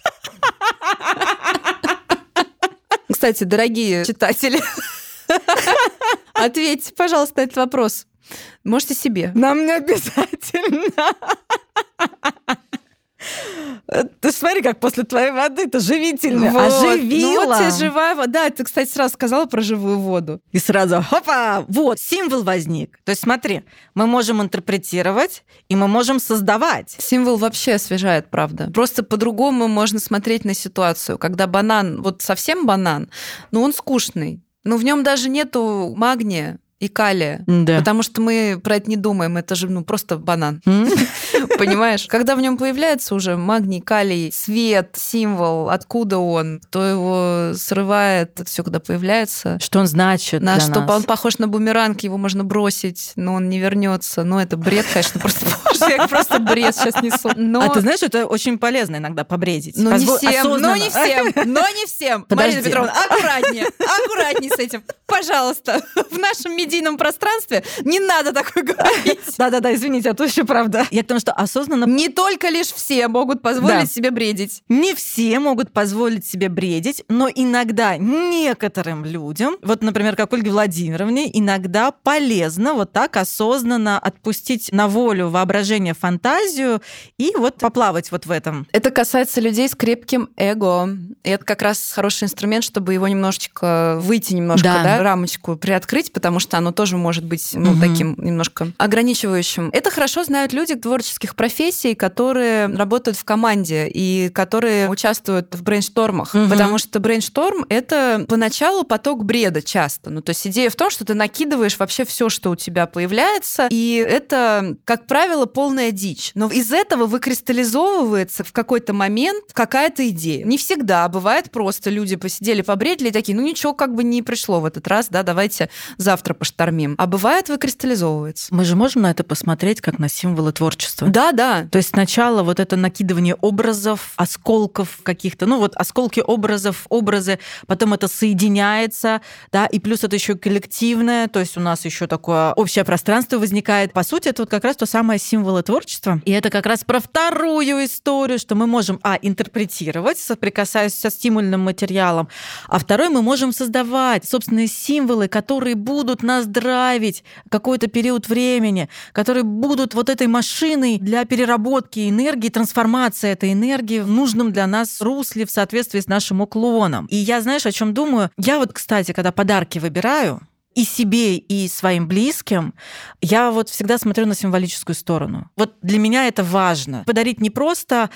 Кстати, дорогие читатели, ответьте, пожалуйста, на этот вопрос. Можете себе. Нам не обязательно. Ты смотри, как после твоей воды это живительное. Вот. Оживила. Ну вот тебе живая вода. Ты, кстати, сразу сказала про живую воду. И сразу, хопа, вот, символ возник. То есть смотри, мы можем интерпретировать, и мы можем создавать. Символ вообще освежает, правда. Просто по-другому можно смотреть на ситуацию. Когда банан, вот совсем банан, но он скучный. Но в нем даже нету магния и калия. Да. Потому что мы про это не думаем. Это же просто банан. Понимаешь? Когда в нем появляется уже магний, калий, свет, символ, откуда он, кто его срывает, все, когда появляется. Что он значит для что нас? он похож на бумеранг, его можно бросить, но он не вернется. Ну, это бред, конечно, просто бред сейчас несу. А ты знаешь, это очень полезно иногда побредить. Ну, не всем. Марина Петровна, аккуратнее с этим. Пожалуйста, в нашем медийном пространстве не надо такое говорить. Да-да-да, извините, а то еще правда. Я к тому, что осознанно... Не только лишь все могут позволить себе бредить. Не все могут позволить себе бредить, но иногда некоторым людям, вот, например, как Ольге Владимировне, иногда полезно вот так осознанно отпустить на волю воображение, фантазию и вот поплавать вот в этом. Это касается людей с крепким эго. И это как раз хороший инструмент, чтобы его немножечко выйти рамочку приоткрыть, потому что оно тоже может быть таким немножко ограничивающим. Это хорошо знают люди творческих профессий, которые работают в команде и которые участвуют в брейнштормах. Потому что брейншторм — это поначалу поток бреда часто. Ну, то есть идея в том, что ты накидываешь вообще все, что у тебя появляется, и это, как правило, полная дичь. Но из этого выкристаллизовывается в какой-то момент какая-то идея. Не всегда. Бывает просто люди посидели, побредили и такие, ничего как бы не пришло в этот раз, да, давайте завтра поштормим. А бывает, выкристаллизовывается. Мы же можем на это посмотреть как на символы творчества. Да. То есть сначала вот это накидывание образов, осколков каких-то, осколки образов, образы, потом это соединяется, да, и плюс это еще коллективное, то есть у нас еще такое общее пространство возникает. По сути, это вот как раз то самое символы творчества. И это как раз про вторую историю, что мы можем, интерпретировать, соприкасаясь со стимульным материалом, а второй мы можем создавать собственные символы, которые будут нас драйвить какой-то период времени, которые будут вот этой машиной для переработки энергии, трансформации этой энергии в нужном для нас русле в соответствии с нашим уклоном. И я, знаешь, о чем думаю? Я вот, кстати, когда подарки выбираю, и себе, и своим близким, я вот всегда смотрю на символическую сторону. Вот для меня это важно. Подарить не просто,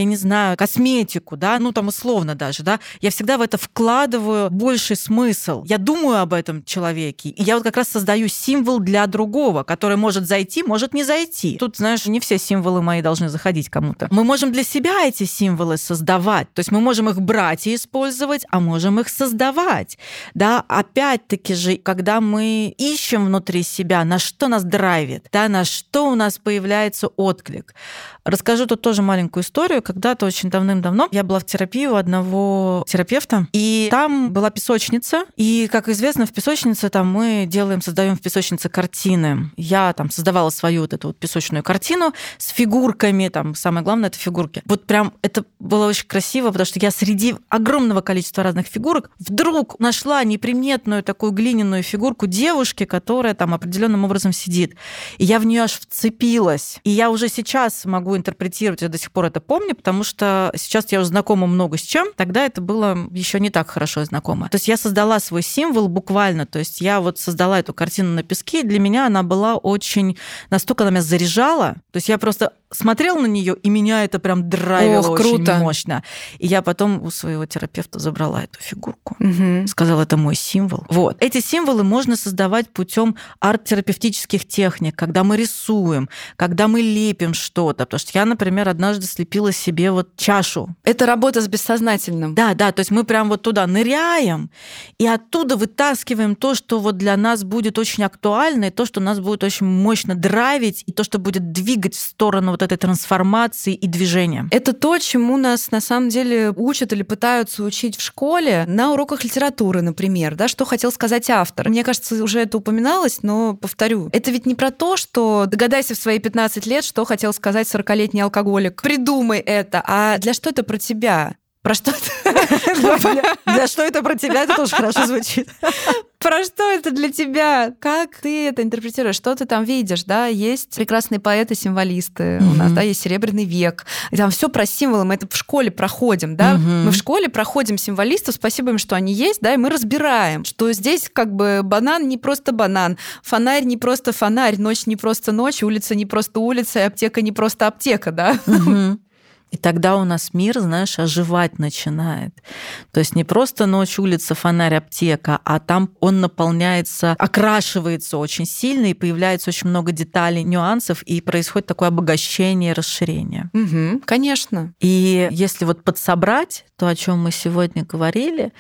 косметику, да, условно даже, да, я всегда в это вкладываю больший смысл. Я думаю об этом человеке, и я вот как раз создаю символ для другого, который может зайти, может не зайти. Тут, знаешь, не все символы мои должны заходить кому-то. Мы можем для себя эти символы создавать, то есть мы можем их брать и использовать, а можем их создавать, да, опять-таки же, когда мы ищем внутри себя, на что нас драйвит, да, на что у нас появляется отклик. Расскажу тут тоже маленькую историю. Когда-то очень давным-давно я была в терапии у одного терапевта, и там была песочница. И, как известно, в песочнице мы создаем в песочнице картины. Я создавала свою вот эту вот песочную картину с фигурками. Самое главное — это фигурки. Вот прям это было очень красиво, потому что я среди огромного количества разных фигурок вдруг нашла неприметную такую глиняную фигурку девушки, которая определенным образом сидит. И я в нее аж вцепилась. И я уже сейчас могу интерпретировать, я до сих пор это помню, потому что сейчас я уже знакома много с чем, тогда это было еще не так хорошо знакомо. То есть я создала свой символ буквально, то есть я вот создала эту картину на песке, и для меня она была очень... Настолько она меня заряжала, то есть я просто смотрела на нее, и меня это прям драйвило очень мощно. И я потом у своего терапевта забрала эту фигурку, сказала, это мой символ. Вот. Эти символы можно создавать путем арт-терапевтических техник, когда мы рисуем, когда мы лепим что-то. Потому что я, например, однажды слепила себе вот чашу. Это работа с бессознательным. Да, то есть мы прям вот туда ныряем, и оттуда вытаскиваем то, что вот для нас будет очень актуально, и то, что нас будет очень мощно драйвить, и то, что будет двигать в сторону вот этой трансформации и движения. Это то, чему нас на самом деле учат или пытаются учить в школе на уроках литературы, например, да, что хотел сказать автор. Мне кажется, уже это упоминалось, но повторю. Это ведь не про то, что догадайся в свои 15 лет, что хотел сказать 40-летний алкоголик. Придумай это. А для что это про тебя? Про что это? Да что это про тебя? Это тоже хорошо звучит. Про что это для тебя? Как ты это интерпретируешь? Что ты там видишь? Да, есть прекрасные поэты-символисты у нас, да, есть Серебряный век. И там все про символы, мы это в школе проходим, да. Мы в школе проходим символистов, спасибо им, что они есть, да, и мы разбираем, что здесь как бы банан не просто банан, фонарь не просто фонарь, ночь не просто ночь, улица не просто улица, и аптека не просто аптека, да. И тогда у нас мир, знаешь, оживать начинает. То есть не просто ночь, улица, фонарь, аптека, а там он наполняется, окрашивается очень сильно, и появляется очень много деталей, нюансов, и происходит такое обогащение, расширение. Конечно. И если вот подсобрать то, о чем мы сегодня говорили,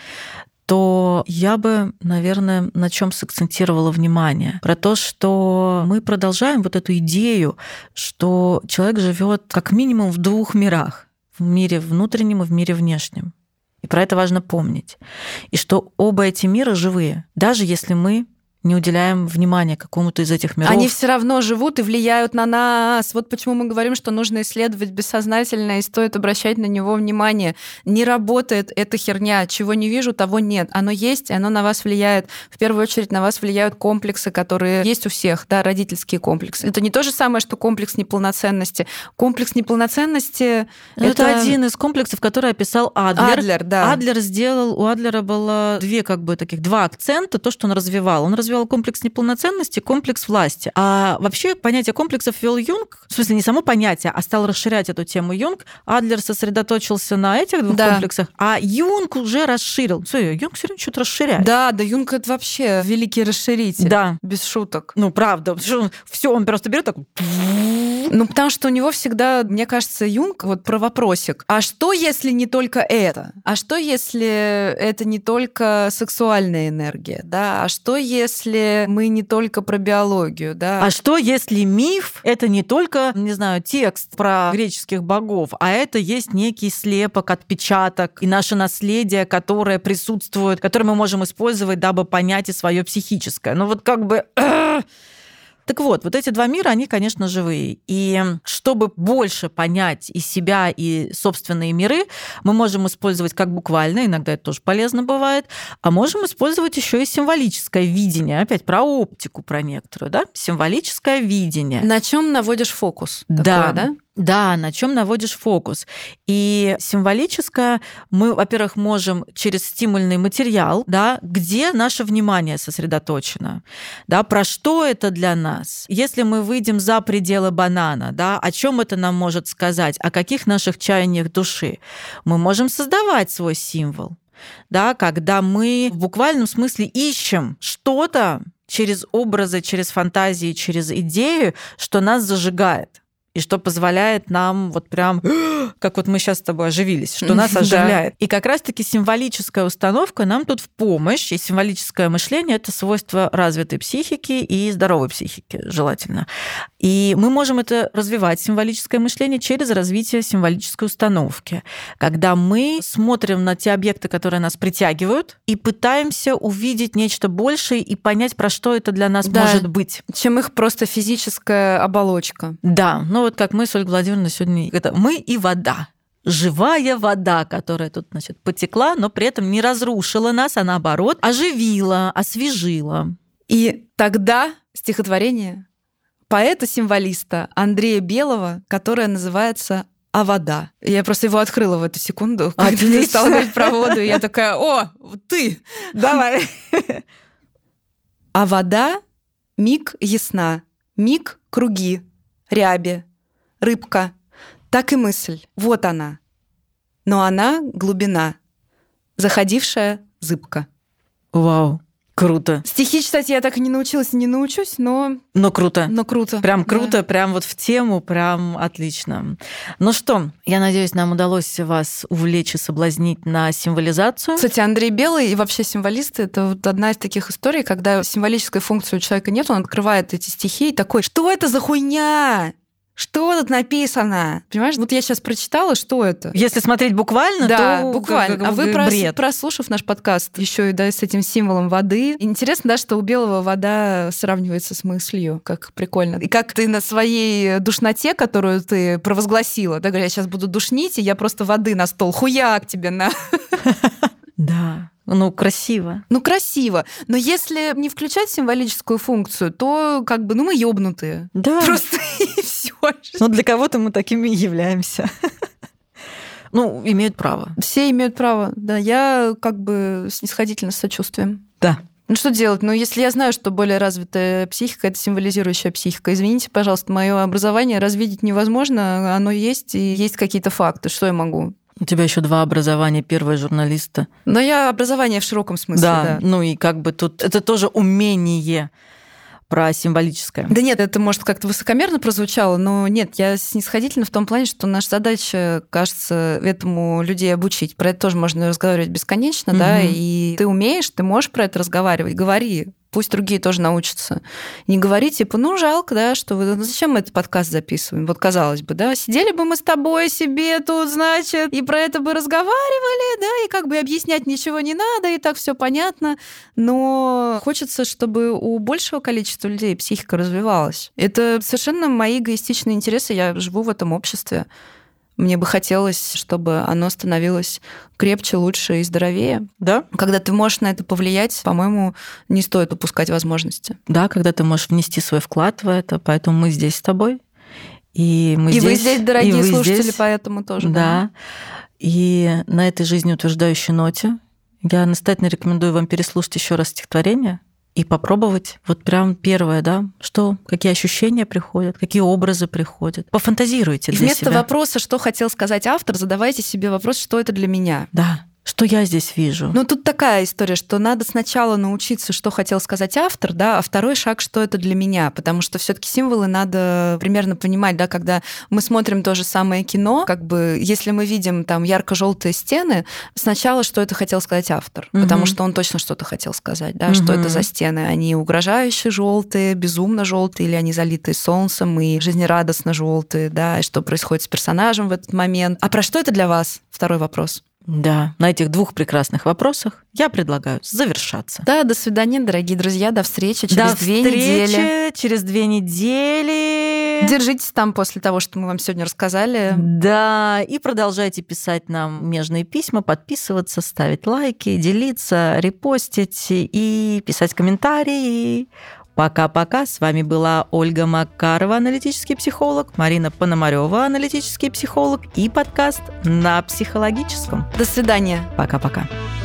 то я бы, наверное, на чем сакцентировала внимание. Про то, что мы продолжаем вот эту идею, что человек живет как минимум в двух мирах. В мире внутреннем и в мире внешнем. И про это важно помнить. И что оба эти мира живые, даже если мы не уделяем внимания какому-то из этих миров. Они все равно живут и влияют на нас. Вот почему мы говорим, что нужно исследовать бессознательное и стоит обращать на него внимание. Не работает эта херня. Чего не вижу, того нет. Оно есть, и оно на вас влияет. В первую очередь на вас влияют комплексы, которые есть у всех, да, родительские комплексы. Это не то же самое, что комплекс неполноценности. Комплекс неполноценности — это один из комплексов, который описал Адлер. Адлер, да. У Адлера было два акцента, то, что он развивал. Он развивал комплекс неполноценности, комплекс власти. А вообще понятие комплексов ввел Юнг, в смысле не само понятие, а стал расширять эту тему Юнг. Адлер сосредоточился на этих двух комплексах, а Юнг уже расширил. Юнг все время что-то расширяет. Да, Юнг — это вообще великий расширитель. Да. Без шуток. Правда. Все, он просто берет такой... Потому что у него всегда, мне кажется, Юнг вот про вопросик. А что, если не только это? А что, если это не только сексуальная энергия? Да? А что, если мы не только про биологию? Да? А что, если миф — это не только, не знаю, текст про греческих богов, а это есть некий слепок, отпечаток и наше наследие, которое присутствует, которое мы можем использовать, дабы понять и свое психическое. Так вот эти два мира, они, конечно, живые. И чтобы больше понять и себя, и собственные миры, мы можем использовать как буквально, иногда это тоже полезно бывает, а можем использовать еще и символическое видение. Опять про оптику, про некоторую, да? Символическое видение. На чем наводишь фокус? Да. Такое, да? Да, на чем наводишь фокус. И символическое мы, во-первых, можем через стимульный материал, да, где наше внимание сосредоточено, да, про что это для нас. Если мы выйдем за пределы банана, да, о чем это нам может сказать, о каких наших чаяниях души, мы можем создавать свой символ, да, когда мы в буквальном смысле ищем что-то через образы, через фантазии, через идею, что нас зажигает. И что позволяет нам вот прям, как вот мы сейчас с тобой оживились, что нас оживляет. И как раз-таки символическая установка нам тут в помощь. И символическое мышление — это свойство развитой психики и здоровой психики, желательно. И мы можем это развивать, символическое мышление, через развитие символической установки. Когда мы смотрим на те объекты, которые нас притягивают, и пытаемся увидеть нечто большее и понять, про что это для нас может быть. Чем их просто физическая оболочка. Да, вот как мы с Ольгой Владимировной сегодня... Это мы и вода. Живая вода, которая тут, потекла, но при этом не разрушила нас, а наоборот оживила, освежила. И тогда стихотворение поэта-символиста Андрея Белого, которое называется «А вода». Я просто его открыла в эту секунду, когда ты стала говорить про воду, и я такая: «О, ты! Давай!» А вода миг ясна, миг круги, ряби, рыбка, так и мысль, вот она. Но она глубина, заходившая зыбка. Вау, круто. Стихи читать я так и не научилась, не научусь, но... Но круто. Но круто. Прям круто, да. Прям вот в тему, прям отлично. Ну что, я надеюсь, нам удалось вас увлечь и соблазнить на символизацию. Кстати, Андрей Белый и вообще символисты — это вот одна из таких историй, когда символической функции у человека нет, он открывает эти стихи и такой: что это за хуйня? Что тут написано? Понимаешь, вот я сейчас прочитала, что это. Если смотреть буквально, да, то буквально. А вы, прослушав наш подкаст еще и с этим символом воды, интересно, да, что у белого вода сравнивается с мыслью. Как прикольно. И как ты на своей душноте, которую ты провозгласила, да, говоря, я сейчас буду душнить, и я просто воды на стол, хуяк тебе на... Да. Красиво. Красиво. Но если не включать символическую функцию, то мы ёбнутые. Да. Просто и всё. Для кого-то мы такими и являемся. Имеют право. Все имеют право, да. Я снисходительно с сочувствием. Да. Что делать? Если я знаю, что более развитая психика – это символизирующая психика, извините, пожалуйста, мое образование развидеть невозможно, оно есть, и есть какие-то факты. Что я могу? У тебя еще 2 образования. Первое — журналиста. Но я образование в широком смысле, да. И тут это тоже умение про символическое. Да нет, это может как-то высокомерно прозвучало, но нет, я снисходительна в том плане, что наша задача, кажется, этому людей обучить. Про это тоже можно разговаривать бесконечно, да, и ты умеешь, ты можешь про это разговаривать, говори. Пусть другие тоже научатся. Не говори, жалко, да, что зачем мы этот подкаст записываем? Вот казалось бы, да, сидели бы мы с тобой себе тут, значит, и про это бы разговаривали, да, и объяснять ничего не надо, и так все понятно. Но хочется, чтобы у большего количества людей психика развивалась. Это совершенно мои эгоистичные интересы. Я живу в этом обществе. Мне бы хотелось, чтобы оно становилось крепче, лучше и здоровее. Да. Когда ты можешь на это повлиять, по-моему, не стоит упускать возможности. Да, когда ты можешь внести свой вклад в это, поэтому мы здесь с тобой. И вы здесь, дорогие слушатели, здесь. Поэтому тоже. Да. И на этой жизнеутверждающей ноте я настоятельно рекомендую вам переслушать еще раз стихотворение и попробовать прям первое, да, какие ощущения приходят, какие образы приходят. Пофантазируйте для себя. Вместо вопроса, что хотел сказать автор, задавайте себе вопрос, что это для меня. Да. Что я здесь вижу? Тут такая история, что надо сначала научиться, что хотел сказать автор, да, а второй шаг, что это для меня, потому что все-таки символы надо примерно понимать, да, когда мы смотрим то же самое кино, если мы видим там ярко-желтые стены, сначала, что это хотел сказать автор, потому что он точно что-то хотел сказать, да, что это за стены, они угрожающие желтые, безумно желтые, или они залитые солнцем и жизнерадостно желтые, да, и что происходит с персонажем в этот момент. А про что это для вас? Второй вопрос. Да, на этих 2 прекрасных вопросах я предлагаю завершаться. Да, до свидания, дорогие друзья, до встречи через 2 недели. Через 2 недели. Держитесь там после того, что мы вам сегодня рассказали. Да, и продолжайте писать нам нежные письма, подписываться, ставить лайки, делиться, репостить и писать комментарии. Пока-пока. С вами была Ольга Макарова, аналитический психолог, Марина Пономарёва, аналитический психолог, и подкаст «На психологическом». До свидания. Пока-пока.